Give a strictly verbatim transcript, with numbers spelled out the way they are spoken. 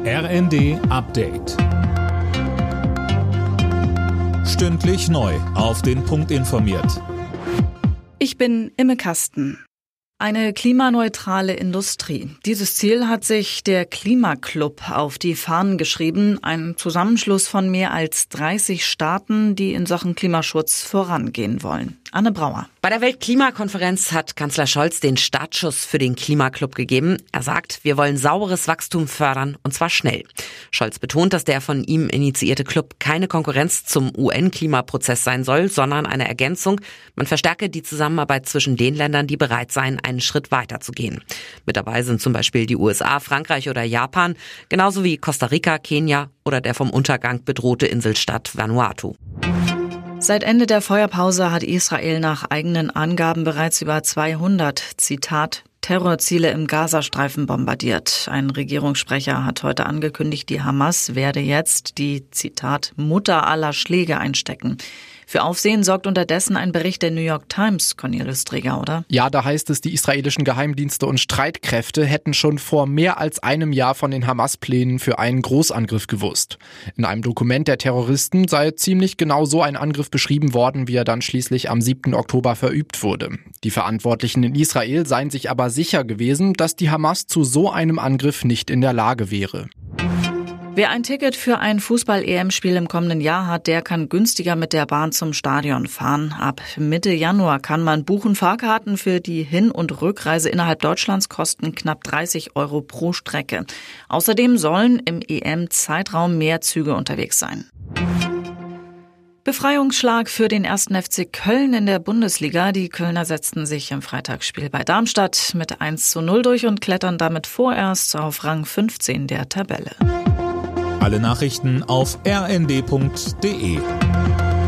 R N D Update. Stündlich neu auf den Punkt informiert. Ich bin Imme Kasten. Eine klimaneutrale Industrie. Dieses Ziel hat sich der Klimaclub auf die Fahnen geschrieben, ein Zusammenschluss von mehr als dreißig Staaten, die in Sachen Klimaschutz vorangehen wollen. Anne Brauer. Bei der Weltklimakonferenz hat Kanzler Scholz den Startschuss für den Klimaclub gegeben. Er sagt, wir wollen sauberes Wachstum fördern, und zwar schnell. Scholz betont, dass der von ihm initiierte Club keine Konkurrenz zum U N-Klimaprozess sein soll, sondern eine Ergänzung. Man verstärke die Zusammenarbeit zwischen den Ländern, die bereit seien, einen Schritt weiter zu gehen. Mit dabei sind zum Beispiel die U S A, Frankreich oder Japan, genauso wie Costa Rica, Kenia oder der vom Untergang bedrohte Inselstaat Vanuatu. Seit Ende der Feuerpause hat Israel nach eigenen Angaben bereits über zweihundert, Zitat, Terrorziele im Gazastreifen bombardiert. Ein Regierungssprecher hat heute angekündigt, die Hamas werde jetzt die, Zitat, Mutter aller Schläge einstecken. Für Aufsehen sorgt unterdessen ein Bericht der New York Times, Cornelius Träger, oder? Ja, da heißt es, die israelischen Geheimdienste und Streitkräfte hätten schon vor mehr als einem Jahr von den Hamas-Plänen für einen Großangriff gewusst. In einem Dokument der Terroristen sei ziemlich genau so ein Angriff beschrieben worden, wie er dann schließlich am siebten Oktober verübt wurde. Die Verantwortlichen in Israel seien sich aber sicher gewesen, dass die Hamas zu so einem Angriff nicht in der Lage wäre. Wer ein Ticket für ein Fußball-E M-Spiel im kommenden Jahr hat, der kann günstiger mit der Bahn zum Stadion fahren. Ab Mitte Januar kann man buchen. Fahrkarten für die Hin- und Rückreise innerhalb Deutschlands kosten knapp dreißig Euro pro Strecke. Außerdem sollen im E M-Zeitraum mehr Züge unterwegs sein. Befreiungsschlag für den ersten F C Köln in der Bundesliga. Die Kölner setzten sich im Freitagsspiel bei Darmstadt mit eins zu null durch und klettern damit vorerst auf Rang fünfzehn der Tabelle. Alle Nachrichten auf r n d punkt d e.